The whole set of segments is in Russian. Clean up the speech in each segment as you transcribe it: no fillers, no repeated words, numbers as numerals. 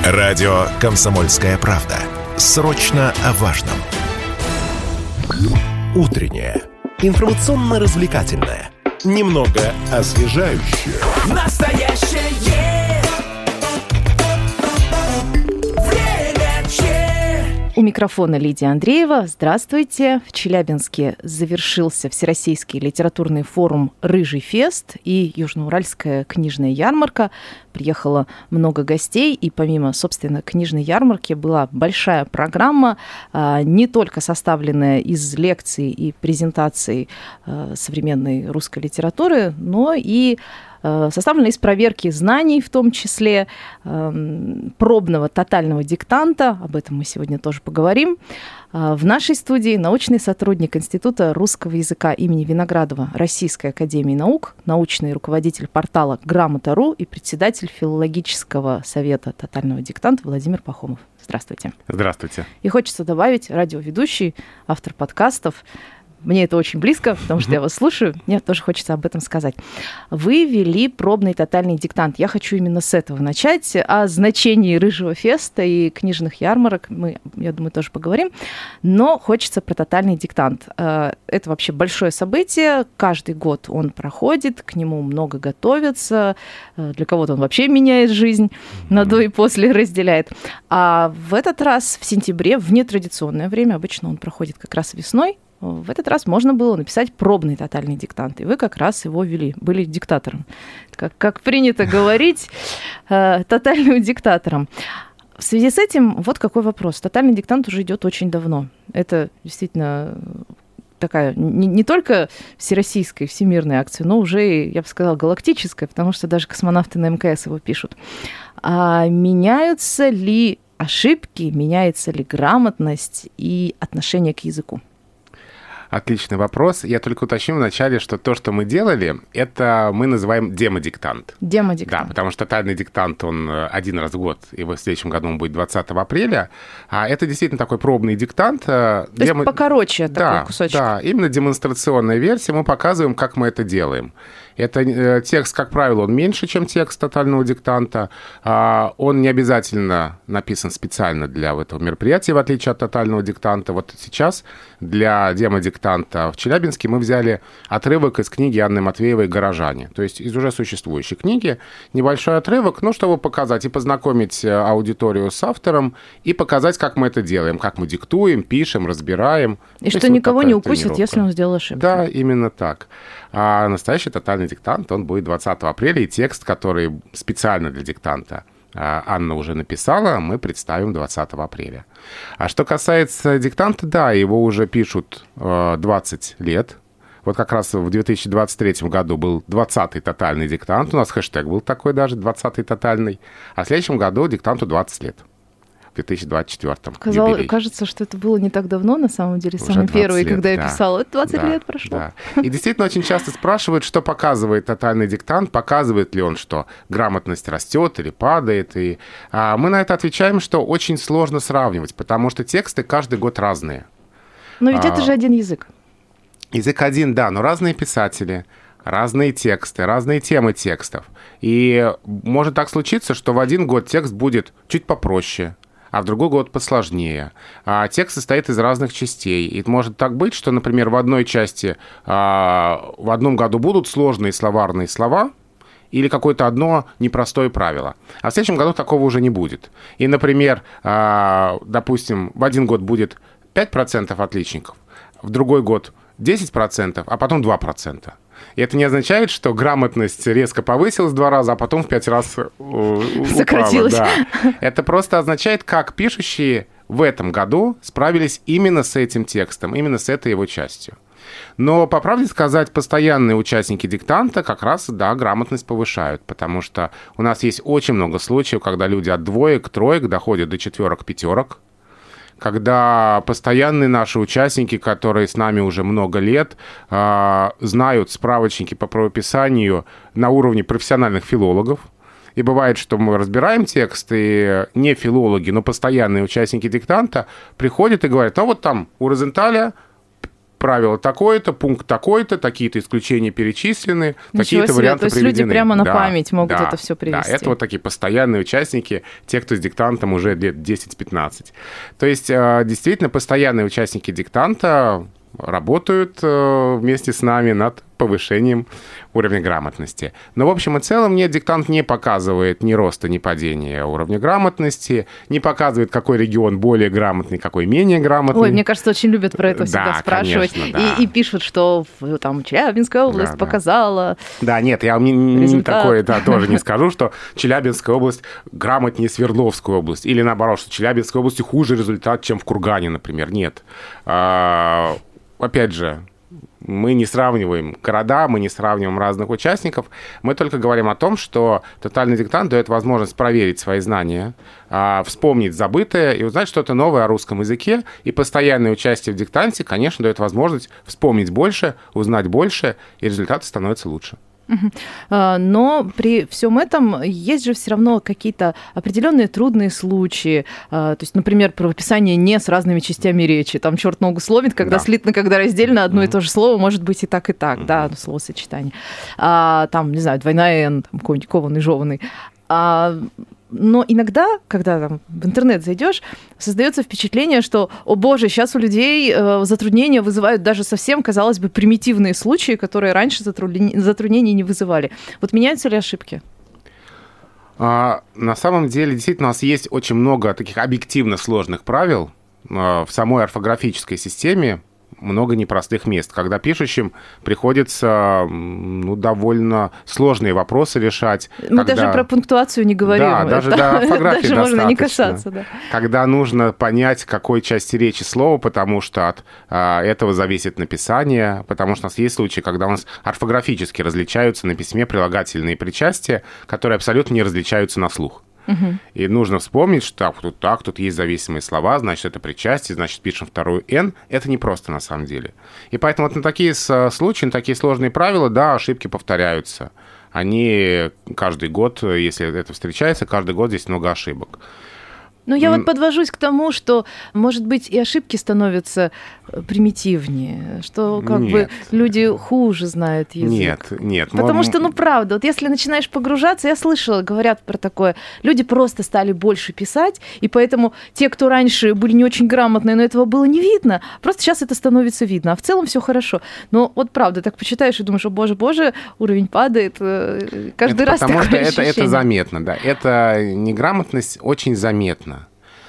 Радио «Комсомольская правда». Срочно о важном. Утреннее. Информационно-развлекательное. Немного освежающее. Настоящее время че. У микрофона Лидия Андреева. Здравствуйте. В Челябинске завершился Всероссийский литературный форум «Рыжий фест» и Южноуральская книжная ярмарка. Приехало много гостей, и помимо, собственно, книжной ярмарки была большая программа, не только составленная из лекций и презентаций современной русской литературы, но и составлена из проверки знаний, в том числе пробного тотального диктанта. Об этом мы сегодня тоже поговорим. В нашей студии научный сотрудник Института русского языка имени Виноградова Российской академии наук, научный руководитель портала «Грамота.ру» и председатель филологического совета тотального диктанта Владимир Пахомов. Здравствуйте. Здравствуйте. И хочется добавить радиоведущий, автор подкастов. Мне это очень близко, потому что я вас слушаю, мне тоже хочется об этом сказать. Вы вели пробный тотальный диктант. Я хочу именно с этого начать. О значении Рыжего феста и книжных ярмарок мы, я думаю, тоже поговорим. Но хочется про тотальный диктант. Это вообще большое событие. Каждый год он проходит, к нему много готовятся. Для кого-то он вообще меняет жизнь, на до и после разделяет. А в этот раз, в сентябре, в нетрадиционное время, обычно он проходит как раз весной, в этот раз можно было написать пробный тотальный диктант, и вы как раз его вели, были диктатором. Как принято говорить, тотальным диктатором. В связи с этим вот какой вопрос. Тотальный диктант уже идет очень давно. Это действительно такая не только всероссийская, всемирная акция, но уже, я бы сказала, галактическая, потому что даже космонавты на МКС его пишут. А меняются ли ошибки, меняется ли грамотность и отношение к языку? Отличный вопрос. Я только уточню вначале, что то, что мы делали, это мы называем демодиктант. Демодиктант. Да, потому что тотальный диктант, он один раз в год, и в следующем году он будет 20 апреля. А это действительно такой пробный диктант. То есть покороче такой кусочек. Да, именно демонстрационная версия. Мы показываем, как мы это делаем. Это текст, как правило, он меньше, чем текст тотального диктанта. Он не обязательно написан специально для этого мероприятия, в отличие от тотального диктанта. Вот сейчас для демодиктанта в Челябинске мы взяли отрывок из книги Анны Матвеевой «Горожане». То есть из уже существующей книги. Небольшой отрывок, чтобы показать и познакомить аудиторию с автором, и показать, как мы это делаем, как мы диктуем, пишем, разбираем. И что никого не укусит, если он сделал ошибку. Да, именно так. А настоящий тотальный диктант, он будет 20 апреля, и текст, который специально для диктанта Анна уже написала, мы представим 20 апреля. А что касается диктанта, да, его уже пишут 20 лет. Вот как раз в 2023 году был 20-й тотальный диктант, у нас хэштег был такой даже, 20-й тотальный, а в следующем году диктанту 20 лет. В 2024 Кажется, что это было не так давно, на самом деле, самый первый, когда я писала. Это 20 лет прошло. Да. И действительно очень часто спрашивают, что показывает тотальный диктант, показывает ли он, что грамотность растет или падает. И мы на это отвечаем, что очень сложно сравнивать, потому что тексты каждый год разные. Но ведь это же один язык. Язык один, да, но разные писатели, разные тексты, разные темы текстов. И может так случиться, что в один год текст будет чуть попроще, а в другой год посложнее. А текст состоит из разных частей. И может так быть, что, например, в одной части в одном году будут сложные словарные слова или какое-то одно непростое правило. А в следующем году такого уже не будет. И, например, допустим, в один год будет 5% отличников, в другой год 10%, а потом 2%. И это не означает, что грамотность резко повысилась в 2 раза, а потом в 5 раз сократилась. Да. Это просто означает, как пишущие в этом году справились именно с этим текстом, именно с этой его частью. Но, по правде сказать, постоянные участники диктанта как раз, да, грамотность повышают, потому что у нас есть очень много случаев, когда люди от 2 к 3 доходят до 4 к 5, когда постоянные наши участники, которые с нами уже много лет, знают справочники по правописанию на уровне профессиональных филологов. И бывает, что мы разбираем текст, и не филологи, но постоянные участники диктанта приходят и говорят, вот там у Розенталя правило такое-то, пункт такой-то, такие-то исключения перечислены, такие-то варианты приведены. То есть приведены. люди прямо на память могут это все привести. Да, это вот такие постоянные участники, те, кто с диктантом уже лет 10-15. То есть действительно постоянные участники диктанта работают вместе с нами над повышением уровня грамотности. Но, в общем и целом, нет, диктант не показывает ни роста, ни падения уровня грамотности, не показывает, какой регион более грамотный, какой менее грамотный. Ой, мне кажется, очень любят про это всегда спрашивать. Конечно, да. И пишут, что там Челябинская область показала. Да, нет, я не такое тоже не скажу, что Челябинская область грамотнее Свердловской области. Или наоборот, что Челябинской области хуже результат, чем в Кургане, например. Нет. Опять же, мы не сравниваем города, мы не сравниваем разных участников, мы только говорим о том, что тотальный диктант дает возможность проверить свои знания, вспомнить забытое и узнать что-то новое о русском языке, и постоянное участие в диктанте, конечно, дает возможность вспомнить больше, узнать больше, и результаты становятся лучше. Но при всем этом есть же все равно какие-то определенные трудные случаи. То есть, например, правописание «не» с разными частями речи. Там черт ногу сломит, когда слитно, когда раздельно. Одно и то же слово может быть и так, да, словосочетание. Там, не знаю, двойная «н», там, какой-нибудь кованый, жеванный. Но иногда, когда там в интернет зайдешь, создается впечатление, что, о боже, сейчас у людей затруднения вызывают даже совсем, казалось бы, примитивные случаи, которые раньше затруднений не вызывали. Вот меняются ли ошибки? На самом деле, действительно, у нас есть очень много таких объективно сложных правил в самой орфографической системе. Много непростых мест, когда пишущим приходится довольно сложные вопросы решать. Мы даже про пунктуацию не говорим. Да, даже до орфографии даже можно не касаться. Да. Когда нужно понять, какой части речи слово, потому что от этого зависит написание, потому что у нас есть случаи, когда у нас орфографически различаются на письме прилагательные причастия, которые абсолютно не различаются на слух. И нужно вспомнить, что тут есть зависимые слова, значит, это причастие, значит, пишем вторую «н». Это непросто на самом деле. И поэтому вот на такие случаи, на такие сложные правила, да, ошибки повторяются. Они каждый год, если это встречается, каждый год здесь много ошибок. Ну, я вот подвожусь к тому, что, может быть, и ошибки становятся примитивнее, что как бы люди хуже знают язык. Нет. Потому что, правда, вот если начинаешь погружаться, я слышала, говорят про такое, люди просто стали больше писать, и поэтому те, кто раньше были не очень грамотные, но этого было не видно, просто сейчас это становится видно, а в целом все хорошо. Но вот правда, так почитаешь и думаешь, о боже, уровень падает, каждый раз такое ощущение. Потому что это заметно, да, эта неграмотность очень заметна.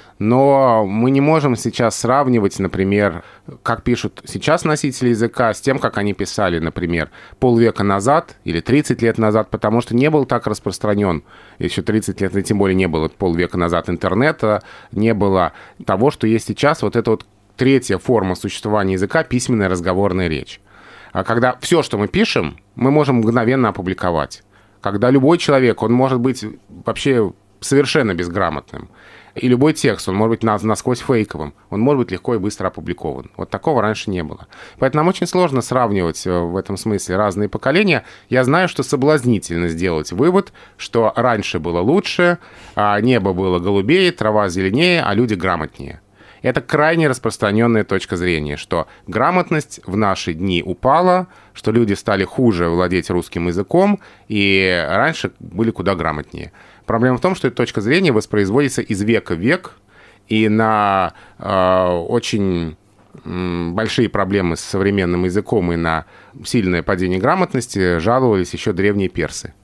Но мы не можем сейчас сравнивать, например, как пишут сейчас носители языка с тем, как они писали, например, полвека назад или 30 лет назад, потому что не был так распространен еще 30 лет, и тем более не было полвека назад интернета, не было того, что есть сейчас, вот эта вот третья форма существования языка — письменная разговорная речь. А когда все, что мы пишем, мы можем мгновенно опубликовать. Когда любой человек, он может быть вообще совершенно безграмотным. И любой текст, он может быть насквозь фейковым, он может быть легко и быстро опубликован. Вот такого раньше не было. Поэтому нам очень сложно сравнивать в этом смысле разные поколения. Я знаю, что соблазнительно сделать вывод, что раньше было лучше, небо было голубее, трава зеленее, а люди грамотнее. Это крайне распространенная точка зрения, что грамотность в наши дни упала, что люди стали хуже владеть русским языком, и раньше были куда грамотнее. Проблема в том, что эта точка зрения воспроизводится из века в век, и на очень большие проблемы с современным языком и на сильное падение грамотности жаловались еще древние персы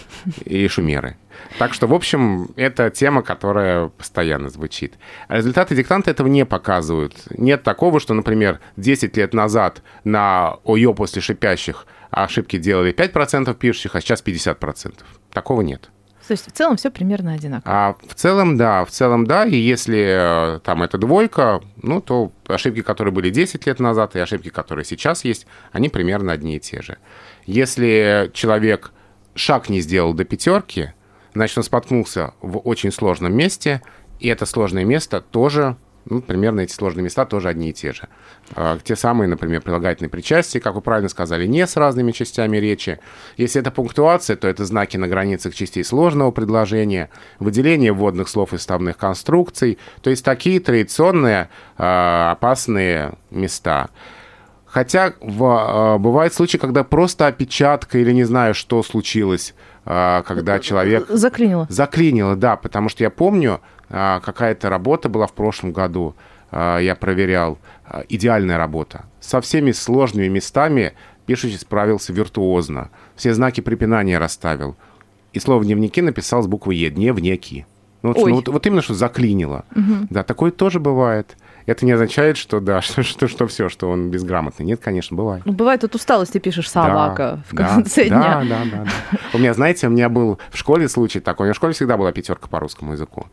и шумеры. Так что, в общем, это тема, которая постоянно звучит. А результаты диктанта этого не показывают. Нет такого, что, например, 10 лет назад на ОЙО после шипящих ошибки делали 5% пишущих, а сейчас 50%. Такого нет. То есть в целом все примерно одинаково. В целом, да. И если там это двойка, то ошибки, которые были 10 лет назад, и ошибки, которые сейчас есть, они примерно одни и те же. Если человек шаг не сделал до 5, значит, он споткнулся в очень сложном месте, и это сложное место тоже, примерно эти сложные места тоже одни и те же. Те самые, например, прилагательные причастия, как вы правильно сказали, не с разными частями речи. Если это пунктуация, то это знаки на границах частей сложного предложения, выделение вводных слов и вставных конструкций, то есть такие традиционные опасные места. Хотя бывают случаи, когда просто опечатка или не знаю, что случилось, когда человек... Заклинило. Заклинило, да, потому что я помню, какая-то работа была в прошлом году, я проверял, идеальная работа. Со всеми сложными местами пишущий справился виртуозно. Все знаки препинания расставил. И слово в дневнике написал с буквы «Е», дневники. Вот именно, что заклинило. Угу. Да, такое тоже бывает. Это не означает, что да, что все, что он безграмотный. Нет, конечно, бывает. Бывает от усталости ты пишешь «собака» в конце дня. Да. У меня был в школе случай такой. У меня в школе всегда была 5 по русскому языку.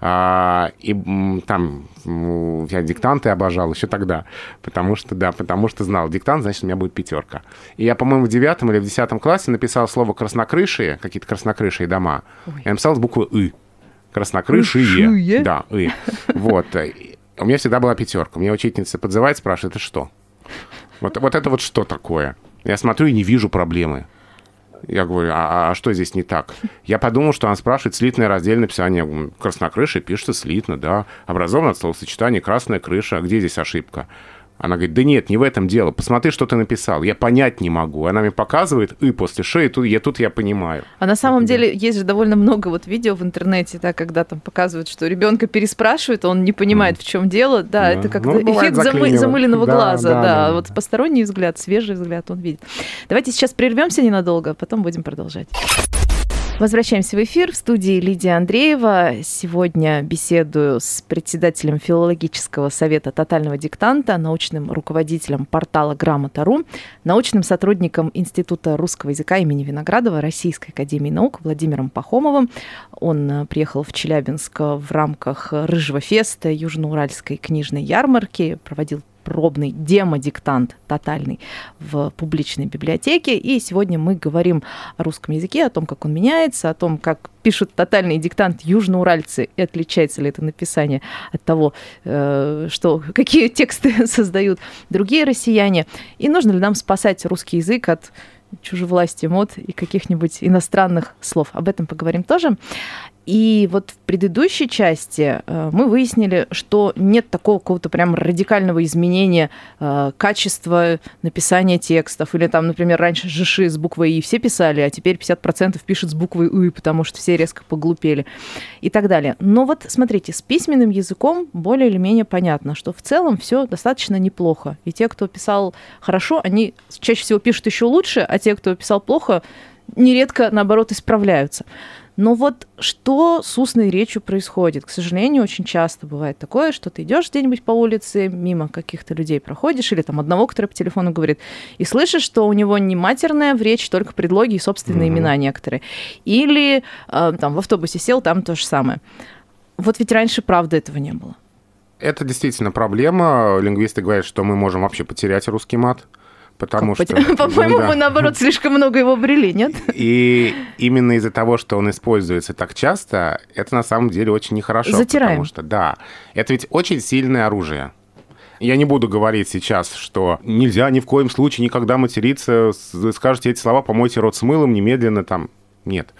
И там я диктанты обожал еще тогда, потому что знал, диктант, значит, у меня будет 5. И я, по-моему, в 9 или в 10 классе написал слово «краснокрышие», какие-то краснокрышие дома. Я написал с буквы «ы». Краснокрышие. Да, «ы». Вот. У меня всегда была 5. Мне учительница подзывает, спрашивает, это что? Вот это вот что такое? Я смотрю и не вижу проблемы. Я говорю, а что здесь не так? Я подумал, что она спрашивает слитное раздельное писание. Краснокрышие пишется слитно, да. Образовано от словосочетания «красная крыша». А где здесь ошибка? Она говорит, да нет, не в этом дело. Посмотри, что ты написал. Я понять не могу. Она мне показывает «и» после «ш», и тут я понимаю. А на самом деле есть же довольно много видео в интернете, да, когда там показывают, что ребенка переспрашивают, он не понимает, в чем дело. Да, это как-то эффект замыленного глаза. Да. Вот посторонний взгляд, свежий взгляд он видит. Давайте сейчас прервемся ненадолго, а потом будем продолжать. Возвращаемся в эфир. В студии Лидия Андреева. Сегодня беседую с председателем филологического совета «Тотального диктанта», научным руководителем портала «Грамота.ру», научным сотрудником Института русского языка имени Виноградова Российской академии наук Владимиром Пахомовым. Он приехал в Челябинск в рамках Рыжего феста, Южноуральской книжной ярмарки, проводил пробный демодиктант тотальный в публичной библиотеке. И сегодня мы говорим о русском языке, о том, как он меняется, о том, как пишут тотальный диктант южноуральцы, и отличается ли это написание от того, какие тексты создают другие россияне, и нужно ли нам спасать русский язык от чужевластия мод и каких-нибудь иностранных слов. Об этом поговорим тоже. И вот в предыдущей части мы выяснили, что нет такого какого-то прям радикального изменения качества написания текстов. Или там, например, раньше ЖШ с буквой «и» все писали, а теперь 50% пишут с буквой «ы», потому что все резко поглупели и так далее. Но вот смотрите, с письменным языком более или менее понятно, что в целом все достаточно неплохо. И те, кто писал хорошо, они чаще всего пишут еще лучше, а те, кто писал плохо, нередко, наоборот, исправляются. Но вот что с устной речью происходит? К сожалению, очень часто бывает такое, что ты идешь где-нибудь по улице, мимо каких-то людей проходишь, или там одного, который по телефону говорит, и слышишь, что у него не матерная в речи, только предлоги и собственные имена некоторые. Или там в автобусе сел, там то же самое. Вот ведь раньше, правда, этого не было. Это действительно проблема. Лингвисты говорят, что мы можем вообще потерять русский мат. Потому что, по-моему, мы, наоборот, слишком много его обрели, нет? И именно из-за того, что он используется так часто, это на самом деле очень нехорошо. Затираем. Потому что, да, это ведь очень сильное оружие. Я не буду говорить сейчас, что нельзя ни в коем случае никогда материться, скажете эти слова, помойте рот с мылом немедленно там. Нет.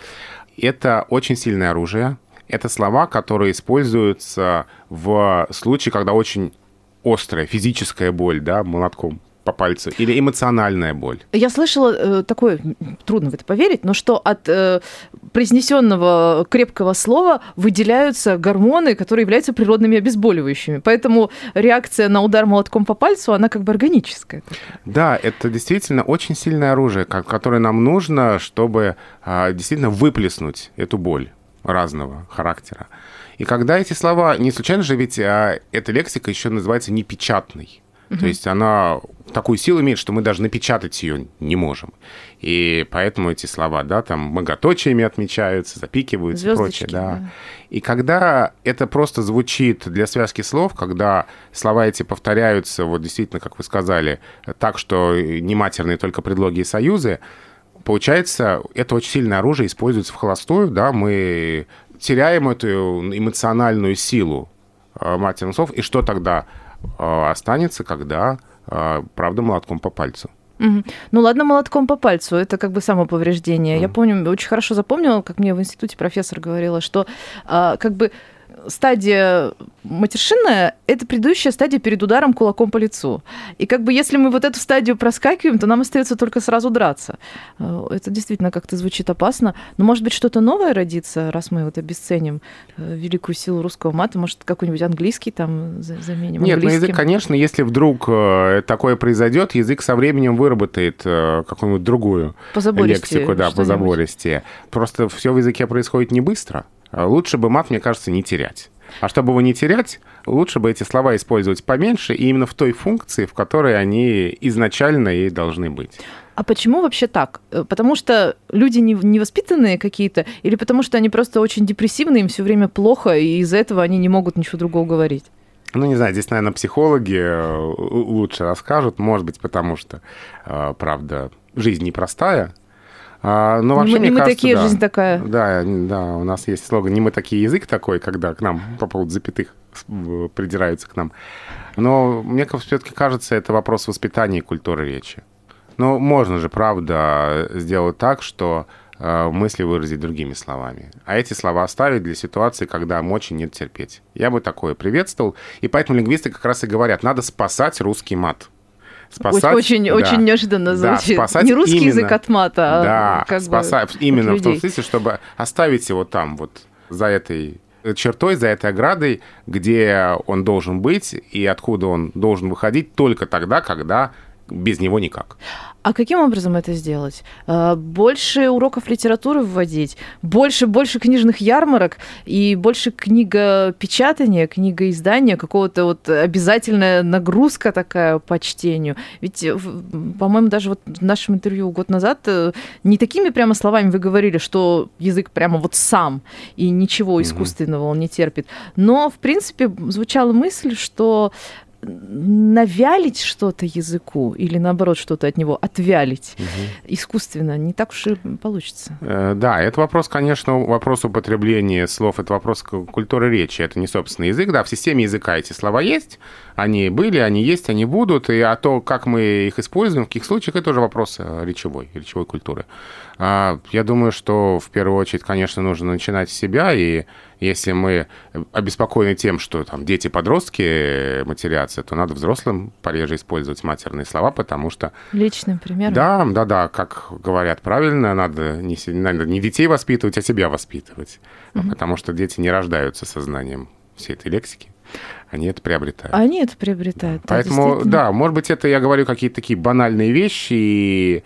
Это очень сильное оружие. Это слова, которые используются в случае, когда очень острая физическая боль, да, молотком по пальцу, или эмоциональная боль. Я слышала такое, трудно в это поверить, но что от произнесенного крепкого слова выделяются гормоны, которые являются природными обезболивающими. Поэтому реакция на удар молотком по пальцу, она как бы органическая. Да, это действительно очень сильное оружие, которое нам нужно, чтобы действительно выплеснуть эту боль разного характера. И когда эти слова, не случайно же ведь эта лексика еще называется непечатной. То есть она такую силу имеет, что мы даже напечатать ее не можем. И поэтому эти слова, да, там многоточиями отмечаются, запикиваются и прочее. Да. И когда это просто звучит для связки слов, когда слова эти повторяются, вот действительно, как вы сказали, так, что не матерные только предлоги и союзы, получается, это очень сильное оружие используется вхолостую, да, мы теряем эту эмоциональную силу матерных слов, и что тогда останется, когда, правда, молотком по пальцу. Ну ладно, молотком по пальцу, это как бы самоповреждение. Я помню, очень хорошо запомнила, как мне в институте профессор говорила, что как бы стадия матершинная — это предыдущая стадия перед ударом кулаком по лицу. И как бы если мы вот эту стадию проскакиваем, то нам остается только сразу драться. Это действительно как-то звучит опасно. Но, может быть, что-то новое родится, раз мы вот обесценим великую силу русского мата. Может, какой-нибудь английский там заменим? Нет, ну язык, конечно, если вдруг такое произойдет, язык со временем выработает какую-нибудь другую лексику, да, позабористее. Просто все в языке происходит не быстро. Лучше бы мат, мне кажется, не терять. А чтобы его не терять, лучше бы эти слова использовать поменьше и именно в той функции, в которой они изначально и должны быть. А почему вообще так? Потому что люди невоспитанные какие-то, или потому что они просто очень депрессивные, им все время плохо, и из-за этого они не могут ничего другого говорить? Ну, не знаю, здесь, наверное, психологи лучше расскажут. Может быть, потому что, правда, жизнь непростая. Но вообще, мне кажется, такие, да, жизнь такая. Да, у нас есть слоган «Не мы такие, язык такой», когда к нам по поводу запятых придираются к нам. Но мне все-таки кажется, это вопрос воспитания и культуры речи. Но можно же, правда, сделать так, что мысли выразить другими словами. А эти слова оставить для ситуации, когда очень нет терпеть. Я бы такое приветствовал. И поэтому лингвисты как раз и говорят, надо спасать русский мат. Спасать, очень неожиданно звучит. Да, не русский именно, язык от мата, да, как спасать именно в том смысле, чтобы оставить его там, вот за этой чертой, за этой оградой, где он должен быть и откуда он должен выходить только тогда, когда без него никак. А каким образом это сделать? Больше уроков литературы вводить, больше книжных ярмарок и больше книгопечатания, книгоиздания, какого-то вот обязательная нагрузка такая по чтению. Ведь, по-моему, даже вот в нашем интервью год назад не такими прямо словами вы говорили, что язык прямо вот сам и ничего искусственного он не терпит. Но, в принципе, звучала мысль, что навялить что-то языку или, наоборот, что-то от него отвялить искусственно не так уж и получится. Да, это вопрос, конечно, вопрос употребления слов, это вопрос культуры речи, это не собственный язык. Да, в системе языка эти слова есть, они были, они есть, они будут, а то, как мы их используем, в каких случаях, это тоже вопрос речевой культуры. Я думаю, что в первую очередь, конечно, нужно начинать с себя, и если мы обеспокоены тем, что там дети-подростки матерятся, то надо взрослым пореже использовать матерные слова, потому что... Личным примером. Да, как говорят правильно, надо не детей воспитывать, а себя воспитывать, потому что дети не рождаются со знанием всей этой лексики. Они это приобретают. Да, поэтому, да, может быть, это я говорю какие-то такие банальные вещи, и,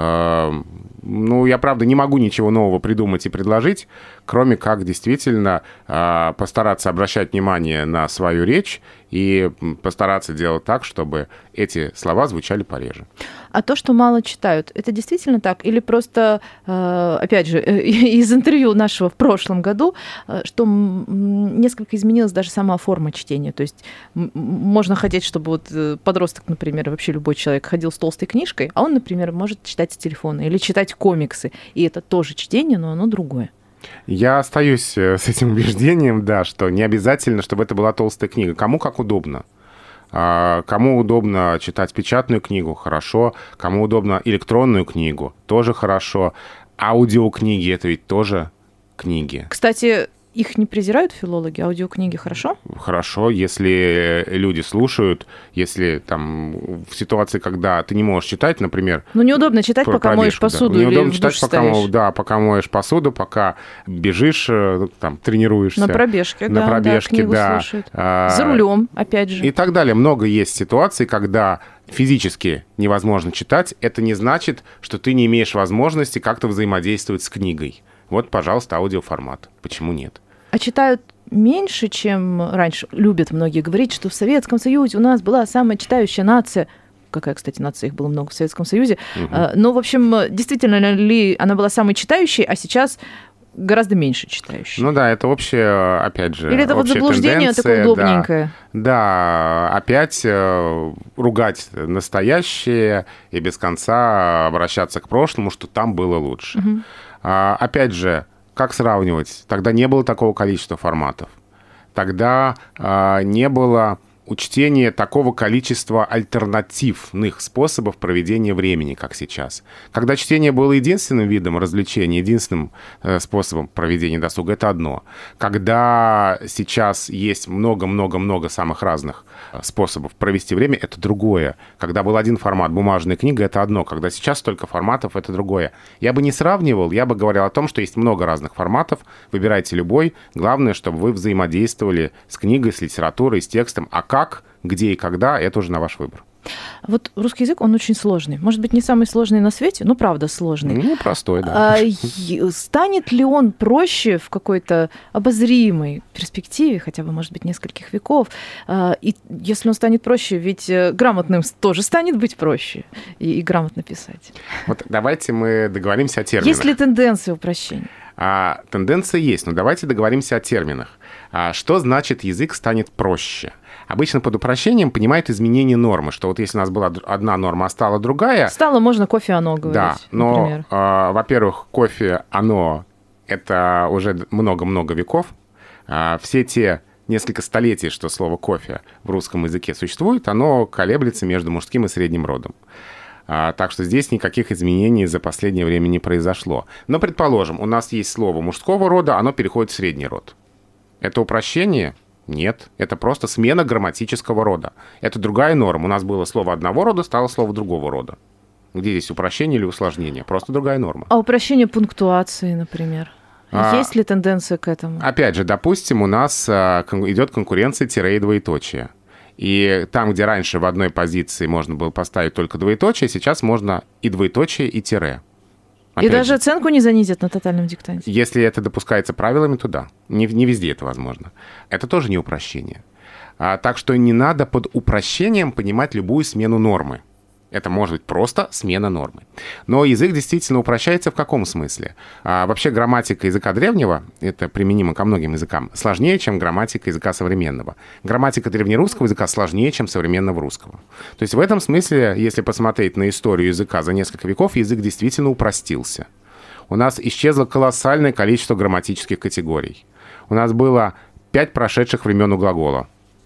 я, правда, не могу ничего нового придумать и предложить, кроме как действительно постараться обращать внимание на свою речь и постараться делать так, чтобы эти слова звучали пореже. А то, что мало читают, это действительно так? Или просто, опять же, из интервью нашего в прошлом году, что несколько изменилась даже сама форма чтения? То есть можно хотеть, чтобы вот подросток, например, вообще любой человек ходил с толстой книжкой, а он, например, может читать с телефона или читать комиксы. И это тоже чтение, но оно другое. Я остаюсь с этим убеждением, да, что не обязательно, чтобы это была толстая книга. Кому как удобно. Кому удобно читать печатную книгу, хорошо. Кому удобно электронную книгу, тоже хорошо. Аудиокниги — это ведь тоже книги. Кстати, их не презирают филологи? Аудиокниги хорошо? Хорошо, если люди слушают, если там в ситуации, когда ты не можешь читать, например... Ну, неудобно читать, пока моешь посуду, да. Неудобно читать, пока моешь посуду, пока бежишь, там, тренируешься. На пробежке, книгу слушают. За рулем, опять же. И так далее. Много есть ситуаций, когда физически невозможно читать. Это не значит, что ты не имеешь возможности как-то взаимодействовать с книгой. Вот, пожалуйста, аудиоформат. Почему нет? А читают меньше, чем раньше. Любят многие говорить, что в Советском Союзе у нас была самая читающая нация. Какая, кстати, нация, их было много в Советском Союзе. Но, в общем, действительно ли она была самой читающей, а сейчас гораздо меньше читающей? Ну да, это общее, опять же, или это вот заблуждение такое удобненькое? Да, опять ругать настоящее и без конца обращаться к прошлому, что там было лучше. Опять же, как сравнивать? Тогда не было такого количества форматов. Тогда не было учтение такого количества альтернативных способов проведения времени, как сейчас. Когда чтение было единственным видом развлечения, единственным способом проведения досуга, это одно. Когда сейчас есть много-много-много самых разных способов провести время, это другое. Когда был один формат, бумажная книга, это одно. Когда сейчас столько форматов, это другое. Я бы не сравнивал, я бы говорил о том, что есть много разных форматов, выбирайте любой. Главное, чтобы вы взаимодействовали с книгой, с литературой, с текстом. А как, где и когда, это уже на ваш выбор. Вот русский язык, он очень сложный. Может быть, не самый сложный на свете, но правда сложный. Ну, простой, да. Станет ли он проще в какой-то обозримой перспективе, хотя бы, может быть, нескольких веков? И если он станет проще, ведь грамотным тоже станет быть проще и грамотно писать. Вот давайте мы договоримся о терминах. Есть ли тенденция упрощения? Тенденция есть, но давайте договоримся о терминах. Что значит язык станет проще? Обычно под упрощением понимают изменение нормы, что вот если у нас была одна норма, а стала другая... Стало можно кофе оно говорить, да, но, например. Во-первых, кофе оно — это уже много-много веков. Все те несколько столетий, что слово «кофе» в русском языке существует, оно колеблется между мужским и средним родом. Так что здесь никаких изменений за последнее время не произошло. Но, предположим, у нас есть слово мужского рода, оно переходит в средний род. Это упрощение? Нет. Это просто смена грамматического рода. Это другая норма. У нас было слово одного рода, стало слово другого рода. Где здесь упрощение или усложнение? Просто другая норма. А упрощение пунктуации, например? Есть ли тенденция к этому? Опять же, допустим, у нас идет конкуренция тире и двоеточие. И там, где раньше в одной позиции можно было поставить только двоеточие, сейчас можно и двоеточие, и тире. Опять и даже оценку не занизят на тотальном диктанте? Если это допускается правилами, то да. Не везде это возможно. Это тоже не упрощение. Так что не надо под упрощением понимать любую смену нормы. Это может быть просто смена нормы. Но язык действительно упрощается в каком смысле? Вообще грамматика языка древнего, это применимо ко многим языкам, сложнее, чем грамматика языка современного. Грамматика древнерусского языка сложнее, чем современного русского. То есть в этом смысле, если посмотреть на историю языка за несколько веков, язык действительно упростился. У нас исчезло колоссальное количество грамматических категорий. У нас было 5 прошедших времен у глагола.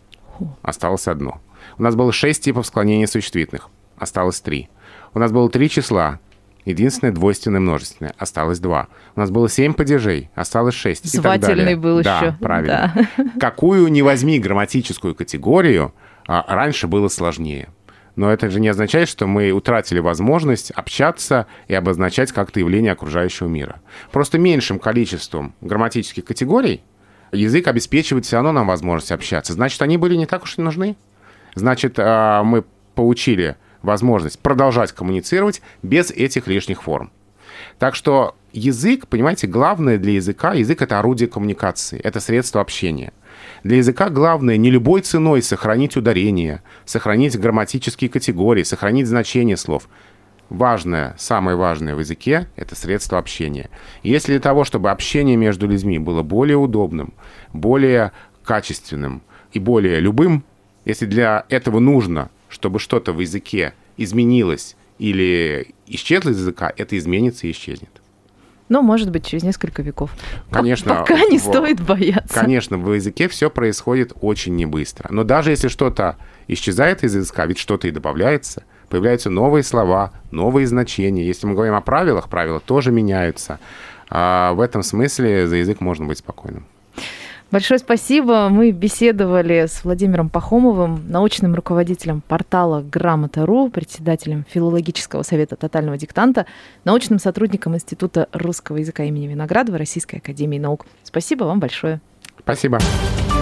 Осталось одно. У нас было 6 типов склонения существительных. Осталось 3. У нас было 3 числа. Единственное двойственное множественное. Осталось 2. У нас было 7 падежей. Осталось 6. Звательный был да, еще. Правильно. Да. Какую ни возьми грамматическую категорию, раньше было сложнее. Но это же не означает, что мы утратили возможность общаться и обозначать как-то явление окружающего мира. Просто меньшим количеством грамматических категорий язык обеспечивает все равно нам возможность общаться. Значит, они были не так уж и нужны. Значит, мы получили возможность продолжать коммуницировать без этих лишних форм. Так что язык, понимаете, главное для языка, язык — это орудие коммуникации, это средство общения. Для языка главное не любой ценой сохранить ударение, сохранить грамматические категории, сохранить значение слов. Важное, самое важное в языке — это средство общения. И если для того, чтобы общение между людьми было более удобным, более качественным и более любым, если для этого нужно, чтобы что-то в языке изменилось или исчезло из языка, это изменится и исчезнет. Ну, может быть, через несколько веков. Конечно, пока не стоит бояться. Конечно, в языке все происходит очень небыстро. Но даже если что-то исчезает из языка, ведь что-то и добавляется, появляются новые слова, новые значения. Если мы говорим о правилах, правила тоже меняются. В этом смысле за язык можно быть спокойным. Большое спасибо. Мы беседовали с Владимиром Пахомовым, научным руководителем портала Грамота.ру, председателем филологического совета тотального диктанта, научным сотрудником Института русского языка имени Виноградова Российской академии наук. Спасибо вам большое. Спасибо.